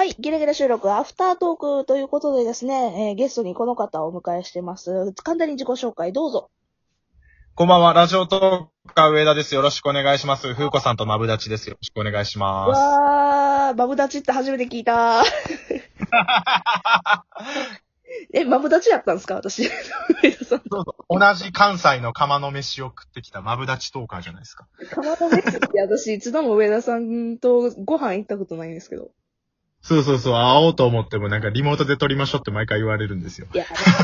い、ゲラゲラ収録アフタートークということでですね、ゲストにこの方をお迎えしてます。簡単に自己紹介どうぞ。 こんばんは、ラジオトーカー上田です。よろしくお願いします。風子さんとマブダチです。よろしくお願いします。 わー、マブダチって初めて聞いた。マブダチやったんですか私。上田さん。 そうそう。同じ関西の釜の飯を食ってきたマブダチトーカーじゃないですか。 釜の飯って私一度も上田さんとご飯行ったことないんですけど。 そうそうそう、会おうと思ってもなんかリモートで撮りましょうって毎回言われるんですよ。 いや、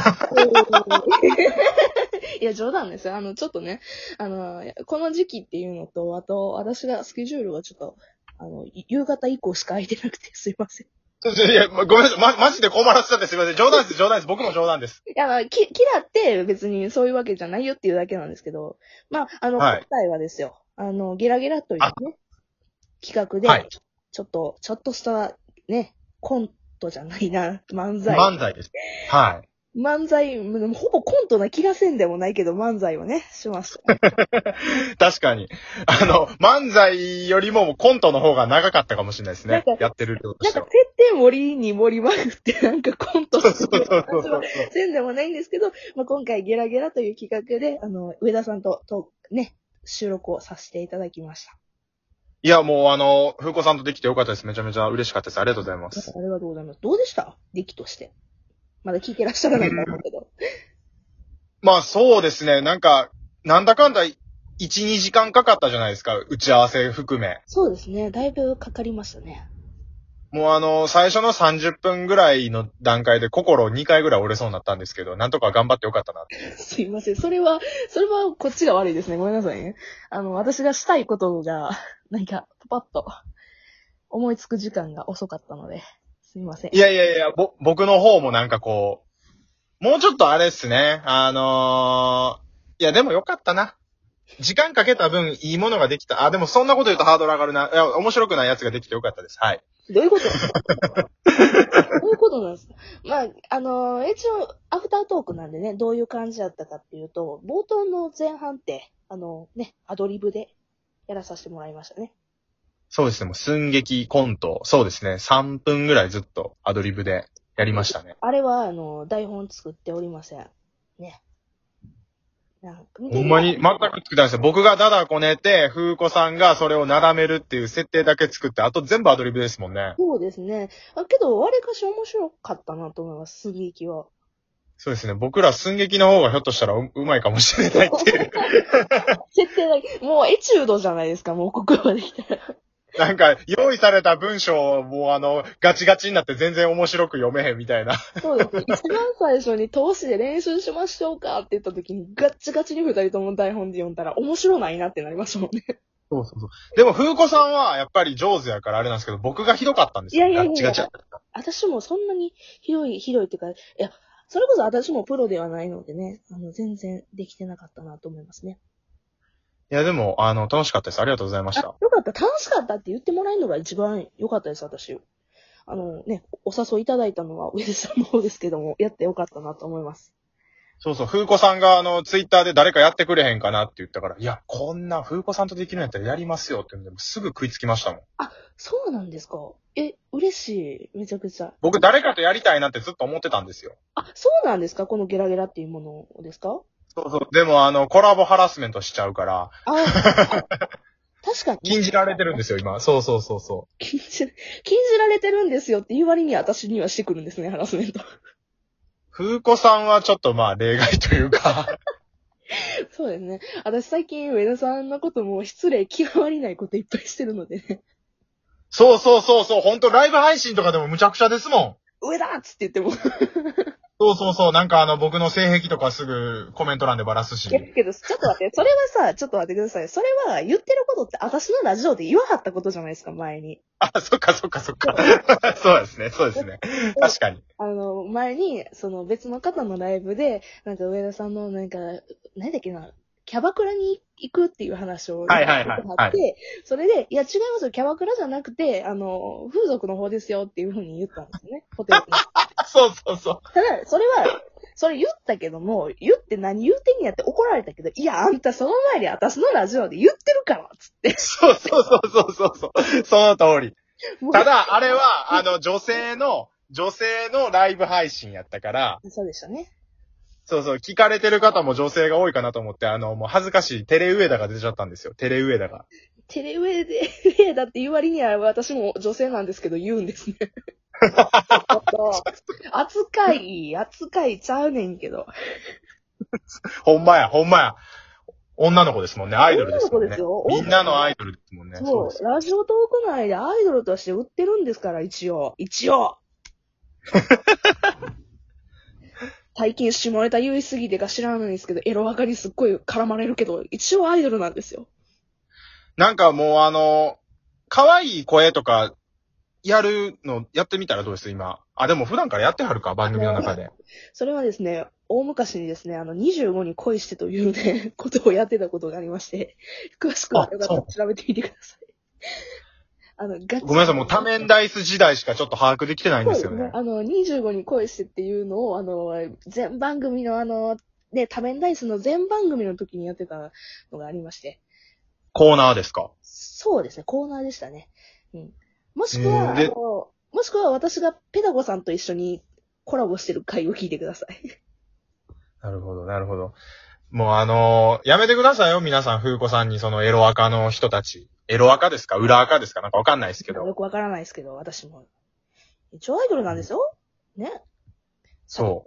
いや、冗談ですよ。ちょっとね、この時期っていうのと、あと、私がスケジュールがちょっと、夕方以降しか空いてなくてすいません。 いや、ごめんなさい。マジで困らせたんです。すいません。冗談です、冗談です。僕の冗談です。 いや、キラって別にそういうわけじゃないよっていうだけなんですけど、まあ、今はい。 回はですよ、ゲラゲラというあ、 ね、企画で、 はい。 ちょっとした、ね、コントじゃないな、漫才。 漫才です。はい。 漫才、ほぼコントな気がせんでもないけど、漫才をね、しました。 確かに。漫才よりもコントの方が長かったかもしれないですね。 なんか、 やってる量と設しては。 定盛りに盛りまくって、なんかコントそうしてるそうそう感じはそうそう。 せんでもないんですけど、まあ、今回ゲラゲラという企画で、上田さんとね、収録をさせていただきました。 いや、もう風子さんとできてよかったです。めちゃめちゃ嬉しかったです。ありがとうございます。 ありがとうございます。どうでした出来として。まだ聞いてらっしゃらないと思うけど。 まあそうですね。なんだかんだ1、2時間かかったじゃないですか。打ち合わせ含め。 そうですね。だいぶかかりましたね。 もう最初の30分ぐらいの段階で心2回ぐらい折れそうになったんですけど、なんとか頑張ってよかったなっていう。 すいません。それはこっちが悪いですね。ごめんなさいね。私がしたいことが、なんか、パパッと思いつく時間が遅かったので、すいません。 いやいやいや、僕の方ももうちょっとあれっすね。いやでもよかったな。時間かけた分いいものができた。あ、でもそんなこと言うとハードル上がるな。いや、面白くないやつができてよかったです。はい。 どういうことどういうことなんですか。まあ、一応、アフタートークなんでね、どういう感じだったかっていうと、冒頭の前半って、アドリブでやらさせてもらいましたね。 そうですね。もう寸劇コント。そうですね。3分ぐらいずっとアドリブでやりましたね。 あれは、台本作っておりません。ね。なんか見てみよほんまに全く作ってないですよ。僕がダダこねて、風子さんがそれをなだめるっていう設定だけ作って、あと全部アドリブですもんね。 そうですね。けど、わりかし面白かったなと思います、寸劇は。 そうですね。僕ら寸劇の方がひょっとしたらうまいかもしれないっていう。 設定だけ、もうエチュードじゃないですか、もうここまで来たら。 用意された文章もガチガチになって全然面白く読めへんみたいな。 そうですね。一番最初に投資で練習しましょうかって言った時にガッチガチに二人とも台本で読んだら面白ないなってなりましたもんね。 そうそうそう。でも、風子さんはやっぱり上手やからあれなんですけど、僕がひどかったんですよ。ガッチガチやった。 私もそんなにひどいっていうか、いや、それこそ私もプロではないのでね、全然できてなかったなと思いますね。 いや、でも、楽しかったです。ありがとうございました。 よかった。楽しかったって言ってもらえるのが一番良かったです、私。お誘いいただいたのは上田さんの方ですけども、やってよかったなと思います。 そうそう、風子さんがツイッターで誰かやってくれへんかなって言ったから、いや、こんな風子さんとできるんやったらやりますよって言うんで、すぐ食いつきましたもん。 あ、そうなんですか。嬉しい。めちゃくちゃ。 僕誰かとやりたいなってずっと思ってたんですよ。 あ、そうなんですかこのゲラゲラっていうものですか。 そうそう。でもコラボハラスメントしちゃうから、 確かに。 禁じられてるんですよ、今。そうそうそうそ禁じられてるんですよって言う割には私にはしてくるんですね、ハラスメント。 う。風子さんはちょっと例外というか、 そうですね。私最近上田さんのことも失礼極まりないこといっぱいしてるのでね。 そうそうそうそう、ほんとライブ配信とかでもむちゃくちゃですもん。 上田っつって言っても。 そうそうそう、僕の性癖とかすぐコメント欄でバラすし。 けど、ちょっと待って、それはさ、ちょっと待ってください。それは言ってることって私のラジオで言わはったことじゃないですか、前に。 あ、そっかそっかそっか。そうですね、そうですね。確かに。 前に、その別の方のライブで、なんか上田さんの何だっけな、キャバクラに行くっていう話をはいはいはいあって、それで、いや違いますよ、キャバクラじゃなくて、風俗の方ですよっていう風に言ったんですよね、ホテルに。 そうそうそう。 ただ、それ言ったけども、言って何言うてんやって怒られたけど、いや、あんたその前に私のラジオで言ってるから、つって。 そうそうそうそうそうそう。その通り。 ただ、あれは、女性のライブ配信やったから、 そうでしたね。 そうそう、聞かれてる方も女性が多いかなと思って、もう恥ずかしいテレウエダが出ちゃったんですよ。テレウエダが。 テレウェイで、上だって言う割には私も女性なんですけど言うんですね。扱いちゃうねんけど。 ほんまや。女の子ですもんね。アイドルですもんね。 女の子ですよ。 みんなのアイドルですもんね。 そう、ラジオトーク内でアイドルとして売ってるんですから、一応。最近下ネタ言いすぎてか知らないんですけど、エロアカにすっごい絡まれるけど、一応アイドルなんですよ。 なんかもう可愛い声とか、やってみたらどうです今。あ、でも普段からやってはるか、番組の中で。 それはですね、大昔にですね、25に恋してというね、ことをやってたことがありまして、詳しくはよかったら調べてみてください。ガチ。 ごめんなさい、もう多面ダイス時代しかちょっの把握できてないんですよね。 25に恋してっていうのを、全番組のね、多面ダイスの全番組の時にやってたのがありまして。 コーナーですか？ そうですね、コーナーでしたね。うん。もしくは私がペダゴさんと一緒にコラボしてる回を聞いてください。 なるほど。もうやめてくださいよ、皆さん、風子さんにそのエロアカの人たち。エロアカですか裏アカですかなんかわかんないですけど。 よくわからないですけど、私も。一応アイドルなんですよ。ね。 そう。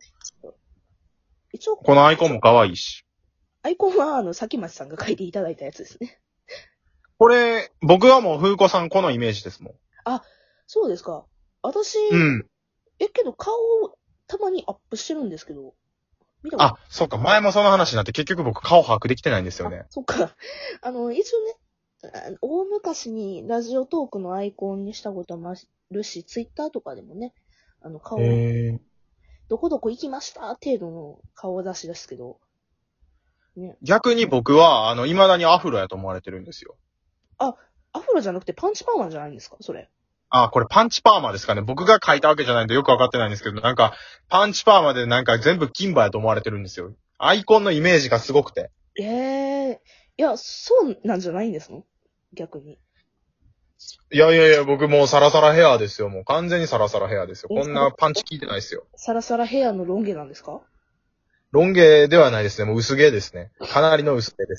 一応、 このアイコンも可愛いし。 アイコンは、崎町さんが書いていただいたやつですね。 これ、僕はもう風子さんこのイメージですもん。 あ、そうですか。私、 うん。 けど顔、たまにアップしてるんですけど。見たことあ、そっか、前もその話になって結局僕顔把握できてないんですよね。 そっか。一応ね、大昔にラジオトークのアイコンにしたこともあるし、ツイッターとかでもね、顔、どこどこ行きました程度の顔出しですけど。ね。 逆に僕は、未だにアフロやと思われてるんですよ。 あ、アフロじゃなくてパンチパーマンじゃないんですかそれ。 あ、これパンチパーマですかね。僕が書いたわけじゃないんでよくわかってないんですけど、なんか、パンチパーマでなんか全部金歯やと思われてるんですよ。アイコンのイメージがすごくて。 いや、そうなんじゃないんですの逆に。 いや、僕もうサラサラヘアですよ。もう完全にサラサラヘアですよ。こんなパンチ効いてないですよ。 サラサラヘアのロン毛なんですかロン毛ではないですね。もう薄毛ですね。かなりの薄毛です。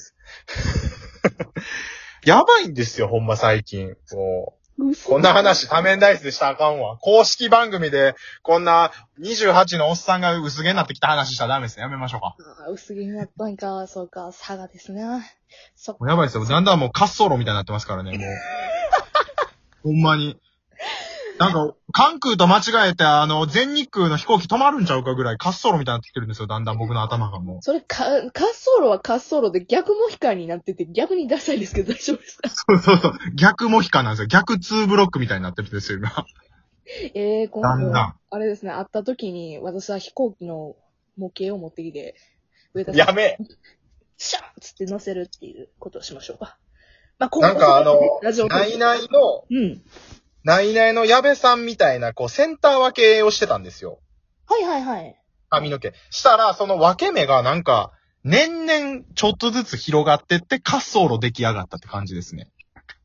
やばいんですよ、ほんま最近。もう。こんな話、多面ダイスでしたらあかんわ。公式番組で、こんな28のおっさんが薄毛になってきた話したらダメですね。やめましょうか。 薄毛になったんか、そうか、差がですね。 もうやばいですよ。だんだんもう滑走路みたいになってますからね、もう。ほんまに。なんか、関空と間違えて、全日空の飛行機止まるんちゃうかぐらい滑走路みたいになってきてるんですよ。だんだん僕の頭がもう。 それ滑走路は滑走路で逆モヒカンになってて逆にダサいですけど大丈夫ですかそう。逆モヒカンなんですよ。逆2ブロックみたいになってるんですよ、今。 今度、 だんだん。 あれですね、会った時に私は飛行機の模型を持ってきて、上田さんやめシャーンつって乗せるっていうことをしましょうか。まあ、 なんかラジオナイナイの、ナイナイの矢部さんみたいな、こう、センター分けをしてたんですよ。 はい。 髪の毛。したら、その分け目がなんか、年々ちょっとずつ広がってって滑走路出来上がったって感じですね。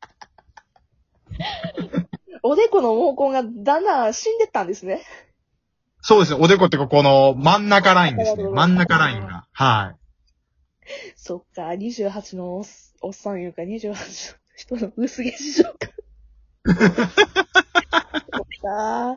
おでこの毛根がだんだん死んでったんですね。 そうですね。おでこってこの真ん中ラインですね。真ん中ラインが。はい。 そっか、28のおっさんいうか、28の人の薄毛事情か。そっか、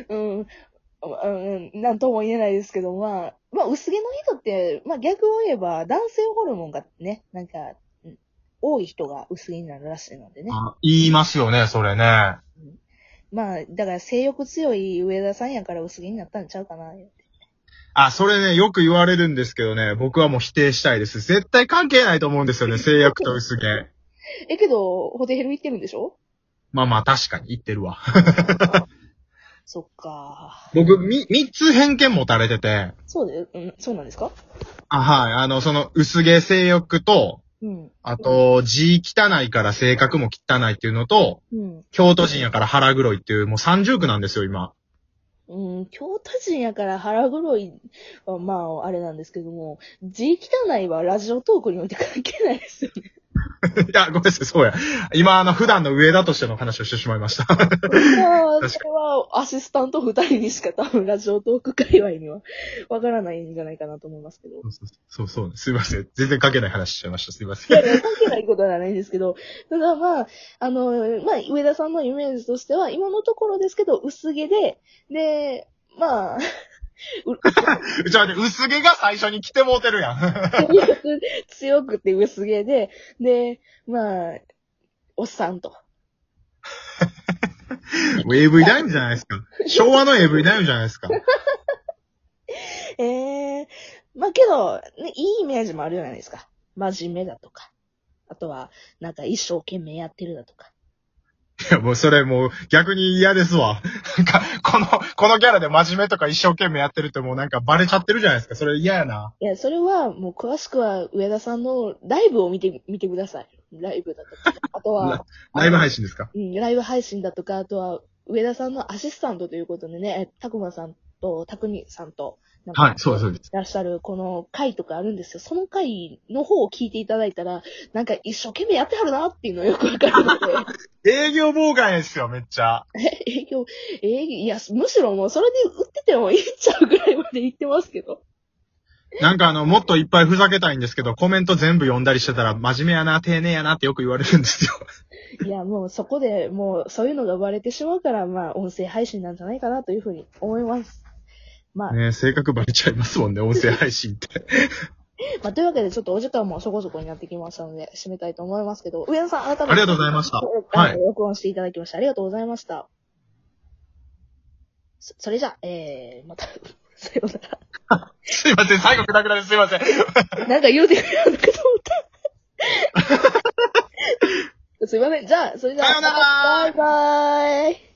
なんとも言えないですけど、まあ、薄毛の人って、まあ逆を言えば、男性ホルモンがね、なんか、多い人が薄毛になるらしいのでね。 言いますよね、それね。 まあ、だから性欲強い上田さんやから薄毛になったんちゃうかな。 それね、よく言われるんですけどね、僕はもう否定したいです。絶対関係ないと思うんですよね、性欲と薄毛。 けど、ホテヘル行ってるんでしょまあ確かに言ってるわ。 そっか。 僕、三つ偏見持たれてて。 そうなんですかはい。その薄毛性欲と、あと、字汚いから性格も汚いっていうのと、京都人やから腹黒いっていう、もう三重苦なんですよ、今。 京都人やから腹黒いは、まあ、あれなんですけども、字汚いはラジオトークにおいて関係ないですよね。 いや、ごめんなさい、そうや。今、普段の上田としての話をしてしまいました。 それは、アシスタント二人にしか多分ラジオトーク界隈にはわからないんじゃないかなと思いますけど。 そう、すいません。全然関係ない話しちゃいました。すいません。 いや、関係ないことはないんですけど、ただまあ、上田さんのイメージとしては、今のところですけど、薄毛で、まあ、 ちょっと待って、薄毛が最初に来てもうてるやん。 強くて薄毛で、まあ、おっさんと。 AV 男優じゃないですか。昭和の AV 男優じゃないですか。 まあけど、ね、いいイメージもあるじゃないですか。真面目だとか。あとは、なんか一生懸命やってるだとか。 いや、もうそれもう逆に嫌ですわ。なんか、このキャラで真面目とか一生懸命やってるってもうなんかバレちゃってるじゃないですか。それ嫌やな。 いや、それはもう詳しくは上田さんのライブを見てください。ライブだとか。あとは、 ライブ配信ですか？ うん、ライブ配信だとか、あとは、上田さんのアシスタントということでね、たくまさんと、たくみさんと、なんか、 はい、そうです。 いらっしゃるこの回とかあるんですよ。その回の方を聞いていただいたら、なんか一生懸命やってはるなっていうのよくわかるので。 営業妨害ですよ、めっちゃ。 営業、いや、むしろもうそれで売っててもいいっちゃうぐらいまで言ってますけど。 なんかもっといっぱいふざけたいんですけど、コメント全部読んだりしてたら、真面目やな、丁寧やなってよく言われるんですよ。 いや、もうそこでもうそういうのがバレてしまうから、まあ音声配信なんじゃないかなというふうに思います。まあ。 ね、性格バレちゃいますもんね、音声配信って。 まあ、というわけで、ちょっとお時間もそこそこになってきましたので、締めたいと思いますけど、上田さん、改めて。 ありがとうございました。はい。 録音していただきまして、ありがとうございました。それじゃあ、また、さようなら。 すいません、最後くだくだですいません。 なんか言うてくれるのかと思った。すいません。じゃあ、それじゃあ、 さようならバイバーイ。